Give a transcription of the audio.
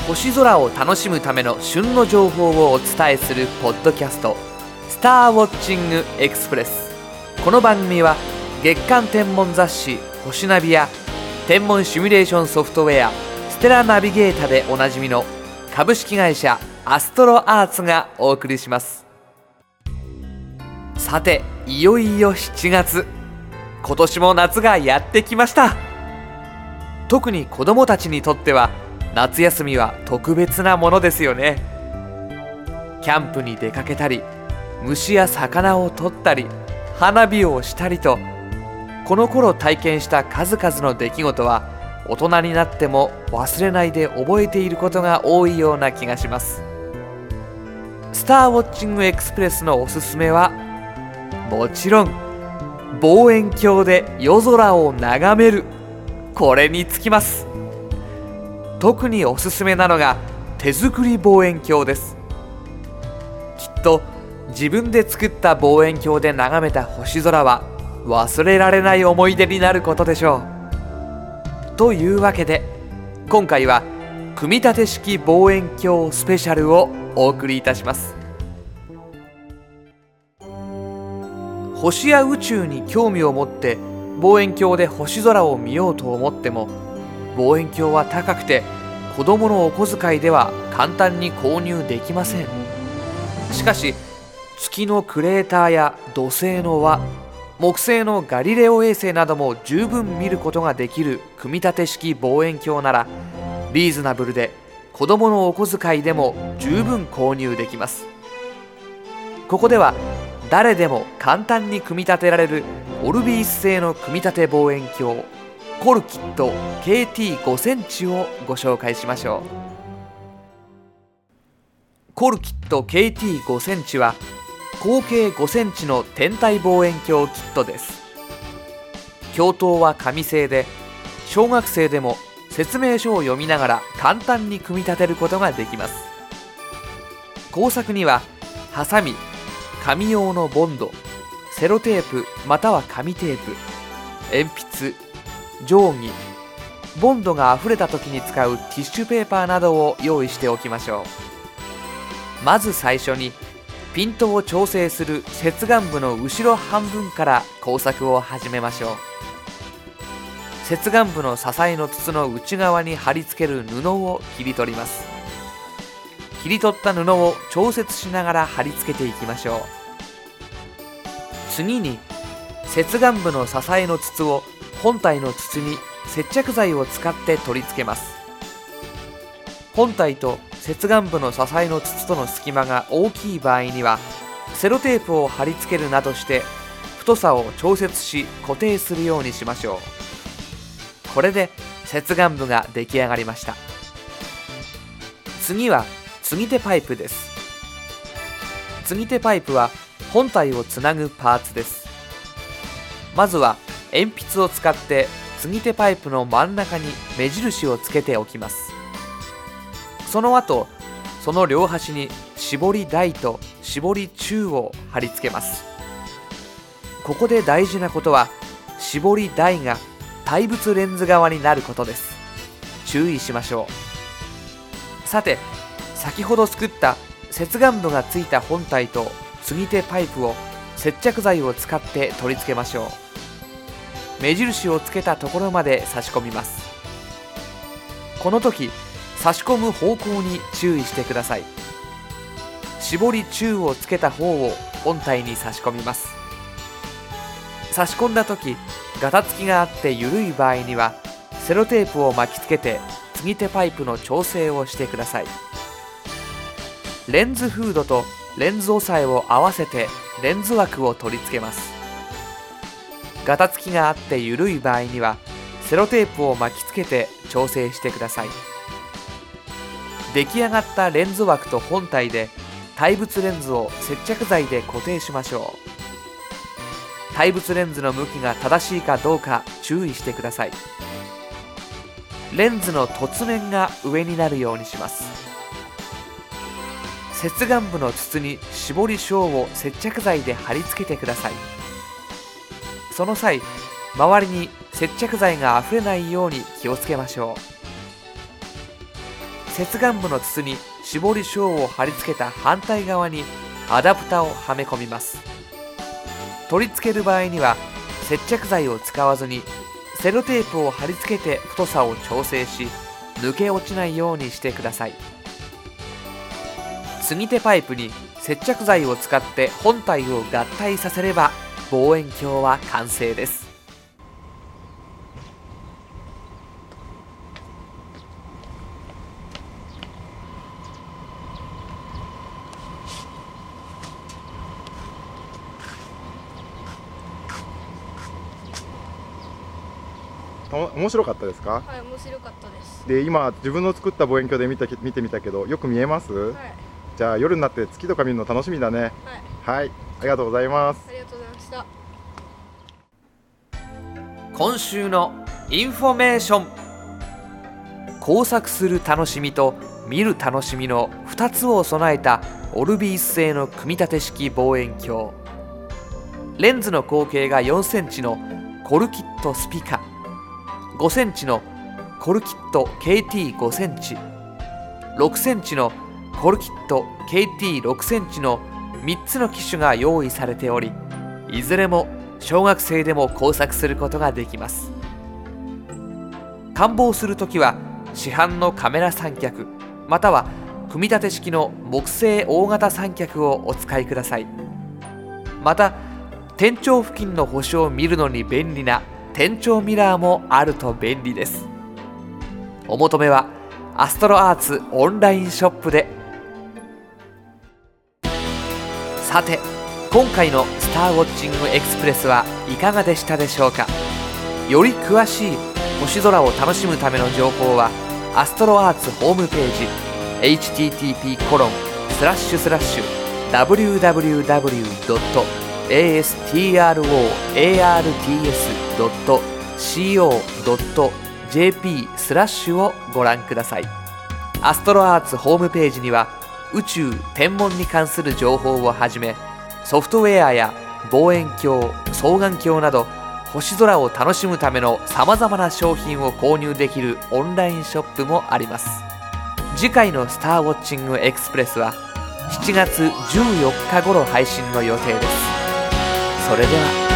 星空を楽しむための旬の情報をお伝えするポッドキャスト、スターウォッチングエクスプレス。この番組は月間天文雑誌星ナビや天文シミュレーションソフトウェアステラナビゲータでおなじみの株式会社アストロアーツがお送りします。さて、いよいよ7月、今年も夏がやってきました。特に子どもたちにとっては夏休みは特別なものですよね。キャンプに出かけたり、虫や魚を取ったり、花火をしたりと、この頃体験した数々の出来事は大人になっても忘れないで覚えていることが多いような気がします。スターウォッチングエクスプレスのおすすめはもちろん望遠鏡で夜空を眺める、これにつきます。特におすすめなのが手作り望遠鏡です。きっと自分で作った望遠鏡で眺めた星空は忘れられない思い出になることでしょう。というわけで今回は組み立て式望遠鏡スペシャルをお送りいたします。星や宇宙に興味を持って望遠鏡で星空を見ようと思っても、望遠鏡は高くて子どものお小遣いでは簡単に購入できません。しかし月のクレーターや土星の輪、木星のガリレオ衛星なども十分見ることができる組み立て式望遠鏡なら、リーズナブルで子どものお小遣いでも十分購入できます。ここでは誰でも簡単に組み立てられるオルビース製の組み立て望遠鏡コルキット KT5 センチをご紹介しましょう。コルキット KT5 センチは口径5センチの天体望遠鏡キットです。鏡頭は紙製で、小学生でも説明書を読みながら簡単に組み立てることができます。工作にはハサミ、紙用のボンド、セロテープまたは紙テープ、鉛筆、定規、ボンドがあふれた時に使うティッシュペーパーなどを用意しておきましょう。まず最初にピントを調整する接岸部の後ろ半分から工作を始めましょう。接岸部の支えの筒の内側に貼り付ける布を切り取ります。切り取った布を調節しながら貼り付けていきましょう。次に接岸部の支えの筒を本体の筒に接着剤を使って取り付けます。本体と接岸部の支えの筒との隙間が大きい場合にはセロテープを貼り付けるなどして太さを調節し固定するようにしましょう。これで接岸部が出来上がりました。次は継ぎ手パイプです。継ぎ手パイプは本体をつなぐパーツです。まずは鉛筆を使って継ぎ手パイプの真ん中に目印をつけておきます。その後、その両端に絞り台と絞り中を貼り付けます。ここで大事なことは絞り台が対物レンズ側になることです。注意しましょう。さて、先ほど作った接岸部がついた本体と継ぎ手パイプを接着剤を使って取り付けましょう。目印をつけたところまで差し込みます。この時差し込む方向に注意してください。絞り中をつけた方を本体に差し込みます。差し込んだ時ガタつきがあって緩い場合にはセロテープを巻きつけて継ぎ手パイプの調整をしてください。レンズフードとレンズ押さえを合わせてレンズ枠を取り付けます。ガタつきがあって緩い場合にはセロテープを巻きつけて調整してください。出来上がったレンズ枠と本体で対物レンズを接着剤で固定しましょう。対物レンズの向きが正しいかどうか注意してください。レンズの凸面が上になるようにします。接岸部の筒に絞り小を接着剤で貼り付けてください。その際、周りに接着剤があふれないように気をつけましょう。 接岸部の筒に絞り小を貼り付けた反対側にアダプタをはめ込みます。取り付ける場合には接着剤を使わずにセロテープを貼り付けて太さを調整し、抜け落ちないようにしてください。継ぎ手パイプに接着剤を使って本体を合体させれば望遠鏡は完成です。 面白かったですか？ はい、面白かったです。 で、今自分の作った望遠鏡で見てみたけど、よく見えます？ はい。 じゃあ夜になって月とか見るの楽しみだね。 はい。 はい、ありがとうございます。 ありがとうございました。 今週のインフォメーション。工作する楽しみと見る楽しみの2つを備えたオルビース製の組み立て式望遠鏡。レンズの口径が4センチのコルキットスピカ、5センチのコルキット KT5 センチ、6センチのコルキット KT6 センチの3つの機種が用意されており、いずれも小学生でも工作することができます。観望するときは市販のカメラ三脚または組み立て式の木製大型三脚をお使いください。また天頂付近の星を見るのに便利な天頂ミラーもあると便利です。お求めはアストロアーツオンラインショップで。さて今回のスターウォッチングエクスプレスはいかがでしたでしょうか。より詳しい星空を楽しむための情報はアストロアーツホームページ http://www.astroarts.co.jp/ をご覧ください。アストロアーツホームページには宇宙天文に関する情報をはじめ、ソフトウェアや望遠鏡、双眼鏡など星空を楽しむためのさまざまな商品を購入できるオンラインショップもあります。次回のスターウォッチングエクスプレスは7月14日頃配信の予定です。それでは。